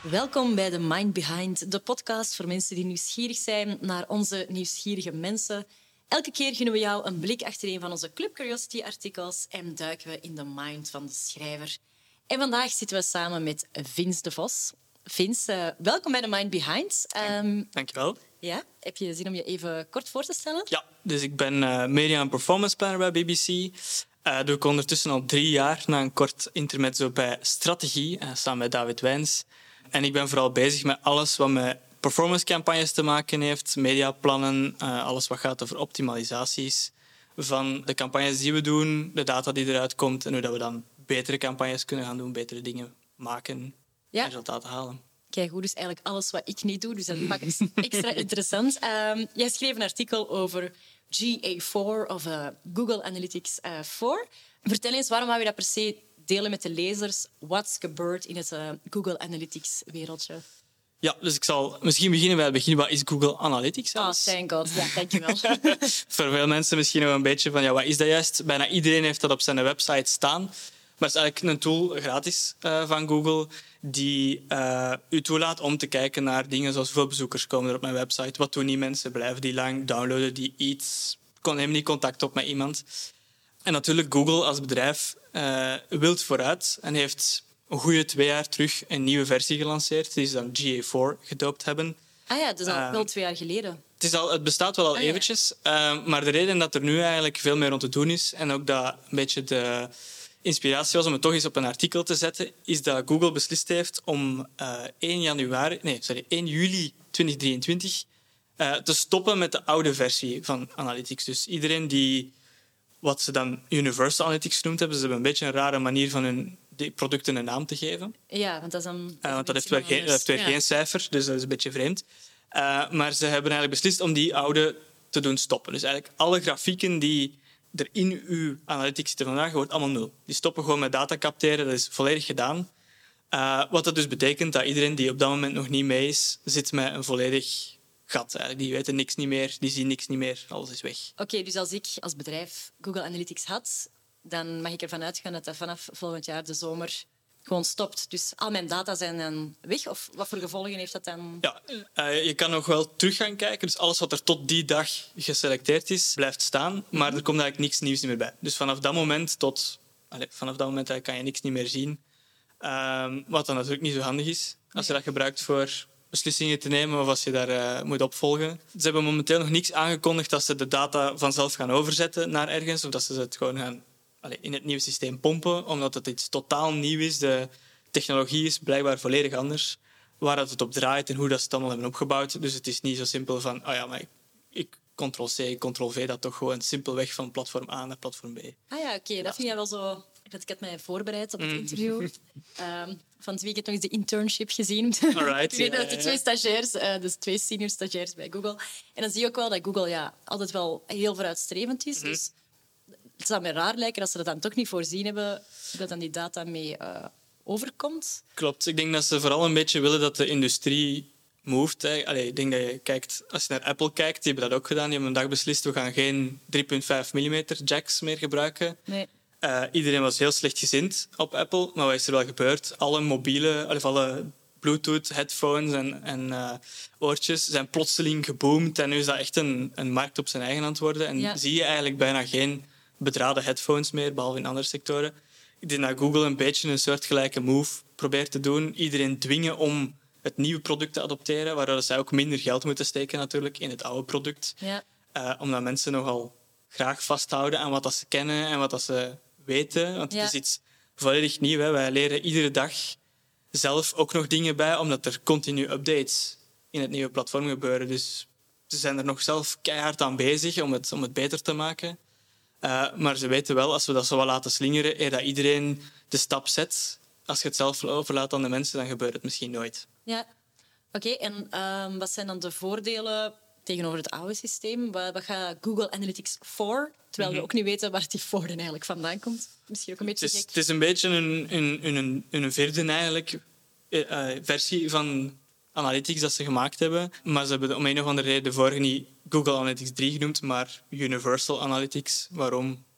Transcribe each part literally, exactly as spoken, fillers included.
Welkom bij The Mind Behind, de podcast voor mensen die nieuwsgierig zijn naar onze nieuwsgierige mensen. Elke keer gunnen we jou een blik achter een van onze Club Curiosity-artikels en duiken we in de mind van de schrijver. En vandaag zitten we samen met Vince de Vos. Vince, uh, welkom bij The Mind Behind. Um, Dank je wel. Ja, heb je zin om je even kort voor te stellen? Ja, dus ik ben uh, media- en performance planner bij B B C. Uh, doe ik ondertussen al drie jaar na een kort intermezzo bij strategie, uh, samen met David Wijns. En ik ben vooral bezig met alles wat met performancecampagnes te maken heeft, mediaplannen, uh, alles wat gaat over optimalisaties van de campagnes die we doen, de data die eruit komt en hoe dat we dan betere campagnes kunnen gaan doen, betere dingen maken ja. en resultaten halen. Kijk, goed, dus eigenlijk alles wat ik niet doe, dus dat maakt het extra interessant. Um, jij schreef een artikel over G A vier of uh, Google Analytics uh, vier. Vertel eens, waarom wou je dat per se delen met de lezers? Wat is gebeurd in het uh, Google Analytics-wereldje? Ja, dus ik zal misschien beginnen bij het begin. Wat is Google Analytics? Oh, thank God. Ja, dankjewel. Voor veel mensen misschien nog een beetje van, ja, wat is dat juist? Bijna iedereen heeft dat op zijn website staan. Maar het is eigenlijk een tool, gratis, uh, van Google, die uh, u toelaat om te kijken naar dingen zoals hoeveel bezoekers komen er op mijn website, wat doen die mensen, blijven die lang, downloaden die iets, nemen die contact op met iemand. En natuurlijk, Google als bedrijf uh, wilt vooruit en heeft een goede twee jaar terug een nieuwe versie gelanceerd, die ze dan G A vier gedoopt hebben. Ah ja, dat is al uh, wel twee jaar geleden. Het, is al, het bestaat wel al ah, eventjes, ja. uh, maar de reden dat er nu eigenlijk veel meer rond te doen is en ook dat een beetje de inspiratie was om het toch eens op een artikel te zetten, is dat Google beslist heeft om uh, één januari, nee, sorry, één juli tweeduizend drieëntwintig uh, te stoppen met de oude versie van Analytics. Dus iedereen die wat ze dan Universal Analytics genoemd hebben, ze hebben een beetje een rare manier van hun producten een naam te geven. Ja, want dat is dan... Uh, want dat heeft weer, geen, dat heeft weer ja. geen cijfer, dus dat is een beetje vreemd. Uh, maar ze hebben eigenlijk beslist om die oude te doen stoppen. Dus eigenlijk alle grafieken die er in uw analytics zitten vandaag, wordt allemaal nul. Die stoppen gewoon met data capteren, dat is volledig gedaan. Uh, wat dat dus betekent dat iedereen die op dat moment nog niet mee is, zit met een volledig gat. Eigenlijk. Die weten niks niet meer, die zien niks niet meer, alles is weg. Oké, okay, dus als ik als bedrijf Google Analytics had, dan mag ik ervan uitgaan dat dat vanaf volgend jaar de zomer gewoon stopt. Dus al mijn data zijn dan weg? Of wat voor gevolgen heeft dat dan? Ja, uh, je kan nog wel terug gaan kijken. Dus alles wat er tot die dag geselecteerd is, blijft staan. Maar mm-hmm. er komt eigenlijk niks nieuws meer bij. Dus vanaf dat moment tot... Allez, vanaf dat moment kan je niks niet meer zien. Uh, wat dan natuurlijk niet zo handig is. Als je dat gebruikt voor beslissingen te nemen of als je daar uh, moet opvolgen. Ze hebben momenteel nog niks aangekondigd dat ze de data vanzelf gaan overzetten naar ergens. Of dat ze het gewoon gaan allez, in het nieuwe systeem pompen. Omdat het iets totaal nieuw is. De technologie is blijkbaar volledig anders. Waar dat het op draait en hoe dat ze het allemaal hebben opgebouwd. Dus het is niet zo simpel van... Oh ja, maar ik, ik ctrl-C, ctrl-V dat toch gewoon simpelweg van platform A naar platform B. Ah ja, oké. Okay. Dat vind jij wel zo... Ik had mij voorbereid op het mm. interview. Um, van het weekend nog eens de internship gezien. Alright, ik weet yeah, dat de yeah. twee stagiairs, uh, dus twee senior stagiairs bij Google. En dan zie je ook wel dat Google ja, altijd wel heel vooruitstrevend is. Mm-hmm. Dus het zou me raar lijken als ze dat dan toch niet voorzien hebben, dat dan die data mee uh, overkomt. Klopt. Ik denk dat ze vooral een beetje willen dat de industrie moved. Allee, ik denk dat je kijkt, als je naar Apple kijkt, die hebben dat ook gedaan. Die hebben een dag beslist, we gaan geen drie komma vijf millimeter jacks meer gebruiken. Nee. Uh, iedereen was heel slechtgezind op Apple, maar wat is er wel gebeurd? Alle mobiele, of alle Bluetooth, headphones en, en uh, oortjes zijn plotseling geboomd en nu is dat echt een, een markt op zijn eigen aan het worden. En ja. zie je eigenlijk bijna geen bedraden headphones meer, behalve in andere sectoren. Ik denk dat Google een beetje een soortgelijke move probeert te doen. Iedereen dwingen om het nieuwe product te adopteren, waardoor zij ook minder geld moeten steken natuurlijk in het oude product. Ja. Uh, omdat mensen nogal graag vasthouden aan wat dat ze kennen en wat dat ze weten. Want ja. het is iets volledig nieuw. Hè. Wij leren iedere dag zelf ook nog dingen bij, omdat er continu updates in het nieuwe platform gebeuren. Dus ze zijn er nog zelf keihard aan bezig om het, om het beter te maken. Uh, maar ze weten wel, als we dat zo wat laten slingeren, eer dat iedereen de stap zet, als je het zelf overlaat aan de mensen, dan gebeurt het misschien nooit. Ja, oké. Okay, en uh, wat zijn dan de voordelen tegenover het oude systeem? Wat, wat gaat Google Analytics voor? Terwijl we ook niet weten waar die voor eigenlijk vandaan komt. Misschien ook een beetje het is, gek. Het is een beetje een, een, een, een vierde eigenlijk, uh, versie van Analytics dat ze gemaakt hebben. Maar ze hebben om een of andere reden de vorige niet Google Analytics drie genoemd, maar Universal Analytics. Waarom?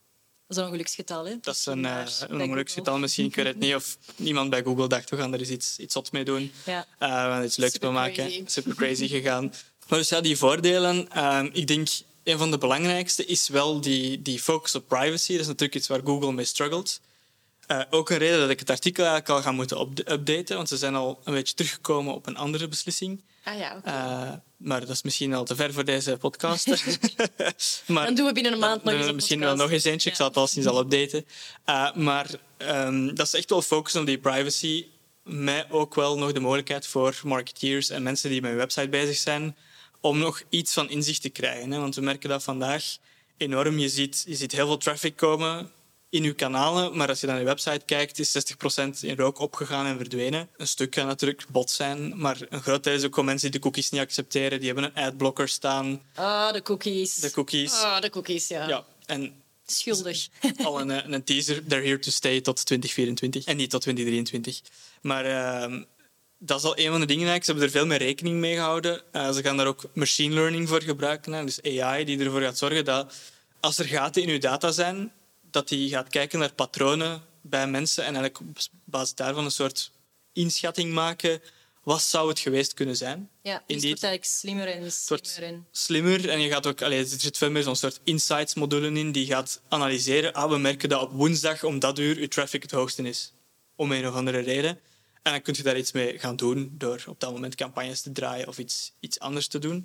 Dat is een ongeluksgetal, hè? Dat is een, uh, een Bij ongeluksgetal Google. misschien. Ik weet het niet of iemand bij Google dacht, we gaan er eens iets, iets zot mee doen. Ja. Uh, we gaan er iets leuks mee Super maken. crazy. Super crazy gegaan. Maar dus ja, die voordelen. Uh, ik denk, een van de belangrijkste is wel die, die focus op privacy. Dat is natuurlijk iets waar Google mee struggelt. Uh, ook een reden dat ik het artikel eigenlijk al ga moeten up- updaten, want ze zijn al een beetje teruggekomen op een andere beslissing. Ah ja, oké. Uh, maar dat is misschien al te ver voor deze podcast. maar, Dan doen we binnen een maand nog eens een Misschien podcast. wel nog eens eentje. Ja. Ik zal het al sinds al updaten. Uh, maar um, dat is echt wel focussen op die privacy. Mij ook wel nog de mogelijkheid voor marketeers en mensen die met een website bezig zijn om nog iets van inzicht te krijgen. Hè? Want we merken dat vandaag enorm. Je ziet, je ziet heel veel traffic komen in je kanalen, maar als je naar je website kijkt, is zestig procent in rook opgegaan en verdwenen. Een stuk kan natuurlijk bot zijn, maar een groot deel is ook gewoon mensen die de cookies niet accepteren. Die hebben een adblocker staan. Ah, de cookies. De cookies. Ah, de cookies, ja. Ja, en Schuldig. al een, een teaser. They're here to stay tot twintig vierentwintig en niet tot twintig drieëntwintig. Maar uh, dat is al een van de dingen. Eigenlijk. Ze hebben er veel meer rekening mee gehouden. Uh, ze gaan daar ook machine learning voor gebruiken. Hè. Dus A I die ervoor gaat zorgen dat als er gaten in je data zijn, dat die gaat kijken naar patronen bij mensen en eigenlijk op basis daarvan een soort inschatting maken. Wat zou het geweest kunnen zijn? Ja, dus In het die- wordt eigenlijk slimmer en Het wordt slimmer. En... slimmer en je gaat ook, allee, er zit veel meer zo'n soort insights-module in die gaat analyseren. Ah, we merken dat op woensdag om dat uur je traffic het hoogste is. Om een of andere reden. En dan kun je daar iets mee gaan doen door op dat moment campagnes te draaien of iets, iets anders te doen.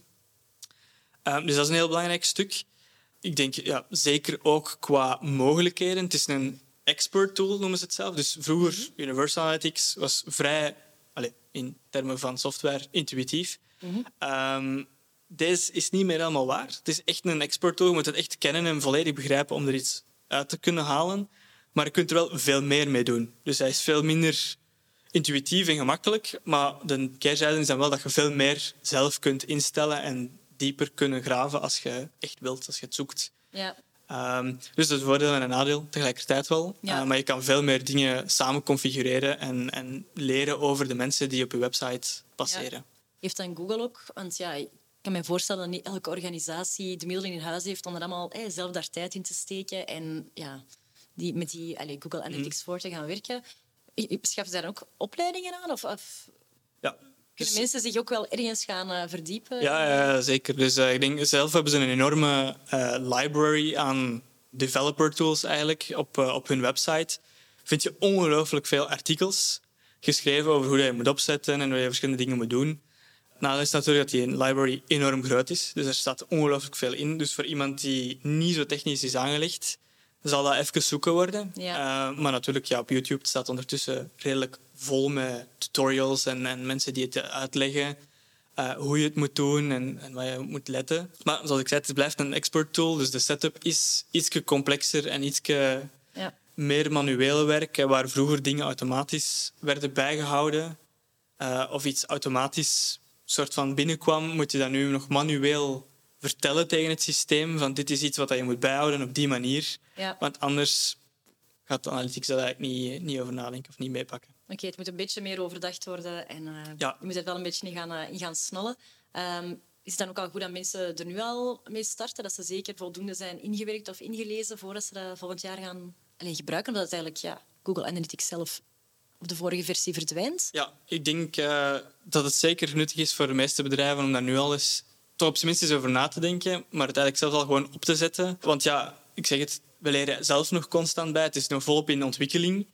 Um, dus dat is een heel belangrijk stuk. Ik denk ja, zeker ook qua mogelijkheden. Het is een expert tool, noemen ze het zelf. Dus vroeger, Universal Analytics was vrij, allez, in termen van software, intuïtief. Mm-hmm. Um, deze is niet meer helemaal waar. Het is echt een expert tool. Je moet het echt kennen en volledig begrijpen om er iets uit te kunnen halen. Maar je kunt er wel veel meer mee doen. Dus hij is veel minder intuïtief en gemakkelijk. Maar de keerzijde is dan wel dat je veel meer zelf kunt instellen en dieper kunnen graven als je echt wilt, als je het zoekt. Ja. Um, dus dat is een voordeel en een nadeel tegelijkertijd wel. Ja. Uh, maar je kan veel meer dingen samen configureren en, en leren over de mensen die op je website passeren. Heeft dan Google ook? Want ja, ik kan me voorstellen dat niet elke organisatie de middelen in huis heeft om er allemaal eh, zelf daar tijd in te steken en ja, die, met die allez, Google Analytics voor te gaan werken. Schaffen ze daar ook opleidingen aan? Of, of Ja. kunnen Dus- mensen zich ook wel ergens gaan uh, verdiepen? Ja, ja, zeker. Dus uh, ik denk zelf hebben ze een enorme uh, library aan developer tools eigenlijk op, uh, op hun website. Vind je ongelooflijk veel artikels geschreven over hoe je moet opzetten en hoe je verschillende dingen moet doen. Nou, dat is natuurlijk dat die library enorm groot is. Dus er staat ongelooflijk veel in. Dus voor iemand die niet zo technisch is aangelegd, zal dat even zoeken worden. Ja. Uh, maar natuurlijk, ja, op YouTube staat ondertussen redelijk vol met tutorials en, en mensen die het uitleggen. Uh, hoe je het moet doen en, en waar je op moet letten. Maar zoals ik zei, het blijft een expert tool. Dus de setup is iets complexer en iets Ja. meer manueel werk. Waar vroeger dingen automatisch werden bijgehouden. Uh, of iets automatisch soort van binnenkwam, moet je dat nu nog manueel vertellen tegen het systeem. Van dit is iets wat je moet bijhouden op die manier. Ja. Want anders gaat de analytics daar eigenlijk niet, niet over nadenken of niet meepakken. Oké, okay, het moet een beetje meer overdacht worden en uh, Ja. je moet er wel een beetje in gaan, uh, in gaan snallen. Um, is het dan ook al goed dat mensen er nu al mee starten? Dat ze zeker voldoende zijn ingewerkt of ingelezen voordat ze dat volgend jaar gaan alleen gebruiken? Omdat het eigenlijk ja, Google Analytics zelf op de vorige versie verdwijnt? Ja, ik denk uh, dat het zeker nuttig is voor de meeste bedrijven om daar nu al eens toch op zijn minst eens over na te denken, maar het eigenlijk zelfs al gewoon op te zetten. Want ja, ik zeg het, we leren zelf nog constant bij. Het is nog volop in ontwikkeling.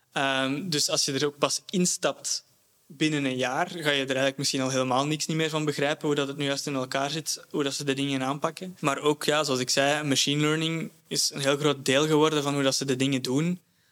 Um, dus als je er ook pas instapt binnen een jaar, ga je er eigenlijk misschien al helemaal niks niet meer van begrijpen hoe dat het nu juist in elkaar zit, hoe dat ze de dingen aanpakken. Maar ook, ja, zoals ik zei, machine learning is een heel groot deel geworden van hoe dat ze de dingen doen.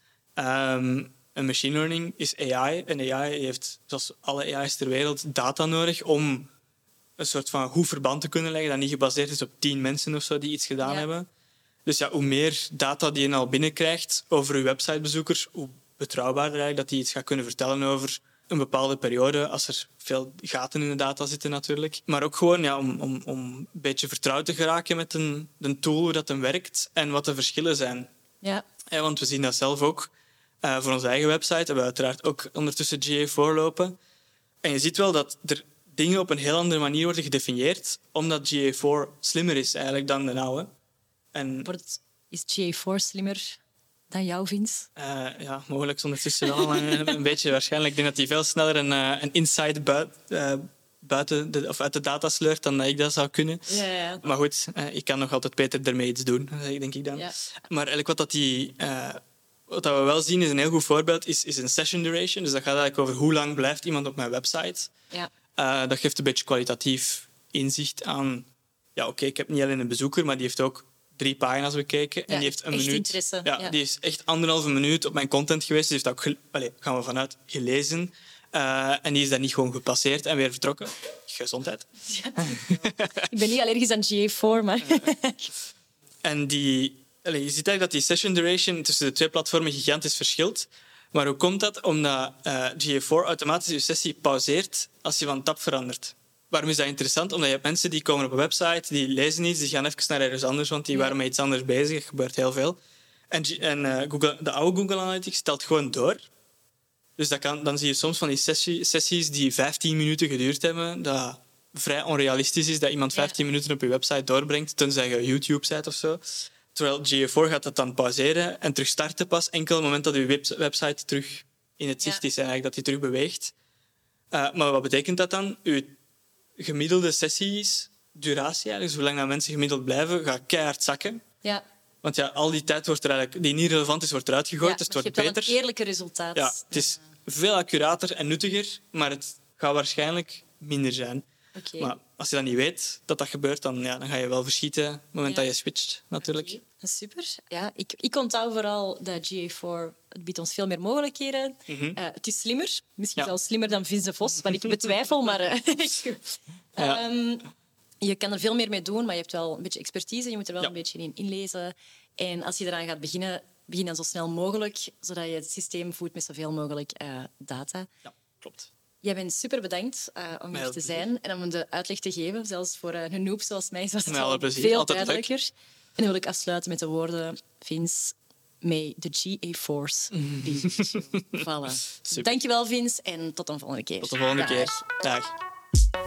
Um, en machine learning is A I. En A I heeft, zoals alle A I's ter wereld, data nodig om een soort van goed verband te kunnen leggen dat niet gebaseerd is op tien mensen of zo die iets gedaan Ja. hebben. Dus ja, hoe meer data die je al binnenkrijgt over je websitebezoekers, hoe betrouwbaarder eigenlijk dat die iets gaat kunnen vertellen over een bepaalde periode, als er veel gaten in de data zitten natuurlijk. Maar ook gewoon ja, om, om, om een beetje vertrouwd te geraken met een, een tool, hoe dat hem werkt en wat de verschillen zijn. Ja. Ja, want we zien dat zelf ook. Uh, voor onze eigen website hebben we uiteraard ook ondertussen G A voorlopen. En je ziet wel dat er dingen op een heel andere manier worden gedefinieerd, omdat G A vier slimmer is eigenlijk dan de oude. En Wordt het Is G A four slimmer dan jou, Vince? Uh, ja, mogelijk ondertussen wel een, een beetje waarschijnlijk. Ik denk dat hij veel sneller een, uh, een inside buiten, uh, buiten de, of uit de data sleurt dan dat ik dat zou kunnen. Ja, ja. Maar goed, uh, ik kan nog altijd beter ermee iets doen, denk ik dan. Ja. Maar eigenlijk wat, dat die, uh, wat dat we wel zien, is een heel goed voorbeeld, is, is een session duration. Dus dat gaat eigenlijk over hoe lang blijft iemand op mijn website. Ja. Uh, dat geeft een beetje kwalitatief inzicht aan... Ja, oké, okay, ik heb niet alleen een bezoeker, maar die heeft ook drie pagina's bekeken. Ja, en die heeft een echt minuut. interesse. Ja, Ja. Die is echt anderhalve minuut op mijn content geweest. Die heeft dat ook, gel- Allez, gaan we vanuit, gelezen. Uh, en die is daar niet gewoon gepasseerd en weer vertrokken. Gezondheid. Ja. Ik ben niet allergisch aan G A four, maar... En die, allez, je ziet eigenlijk dat die session duration tussen de twee platformen gigantisch verschilt. Maar hoe komt dat? Omdat uh, G A four automatisch je sessie pauzeert als je van tab verandert. Waarom is dat interessant? Omdat je hebt mensen die komen op een website, die lezen iets, die gaan even naar ergens anders, want die Ja. waren met iets anders bezig. Er gebeurt heel veel. En, en uh, Google, de oude Google Analytics telt gewoon door. Dus dat kan, dan zie je soms van die sessie, sessies die vijftien minuten geduurd hebben, dat vrij onrealistisch is dat iemand vijftien Ja. minuten op je website doorbrengt, tenzij je YouTube bent of zo. Terwijl G A four gaat dat dan pauzeren en terug starten pas enkel op het moment dat je web- website terug in het zicht Ja. is, eigenlijk, dat die terug beweegt. Uh, maar wat betekent dat dan? Je gemiddelde sessies, duratie, eigenlijk, zolang dat mensen gemiddeld blijven, gaat keihard zakken. Ja. Want ja, al die tijd wordt er eigenlijk, die niet relevant is, wordt eruit gegooid, Ja, dus het maar wordt je hebt beter. wel een eerlijke resultaat. Ja, het is veel accurater en nuttiger, maar het gaat waarschijnlijk minder zijn. Oké. Maar als je dan niet weet dat dat gebeurt, dan, ja, dan ga je wel verschieten op het moment Ja. dat je switcht, natuurlijk. Oké, super. Ja, ik, ik onthoud vooral dat G A four het biedt ons veel meer mogelijkheden. Mhm. Uh, het is slimmer. Misschien Ja. zelfs slimmer dan Vince de Vos, wat ik betwijfel. Maar uh, Ja. um, je kan er veel meer mee doen, maar je hebt wel een beetje expertise. Je moet er wel Ja. een beetje in inlezen. En als je eraan gaat beginnen, begin dan zo snel mogelijk, zodat je het systeem voedt met zoveel mogelijk uh, data. Ja, klopt. Jij bent super bedankt uh, om hier Heel te plezier. zijn en om de uitleg te geven. Zelfs voor uh, een noob zoals mij was het Met alle al plezier. veel Altijd duidelijker. En dan wil ik afsluiten met de woorden, Vince, may the G A force be with you. Voilà. Super. Dankjewel, Vince, en tot een volgende keer. Tot de volgende Dag. keer. Dag.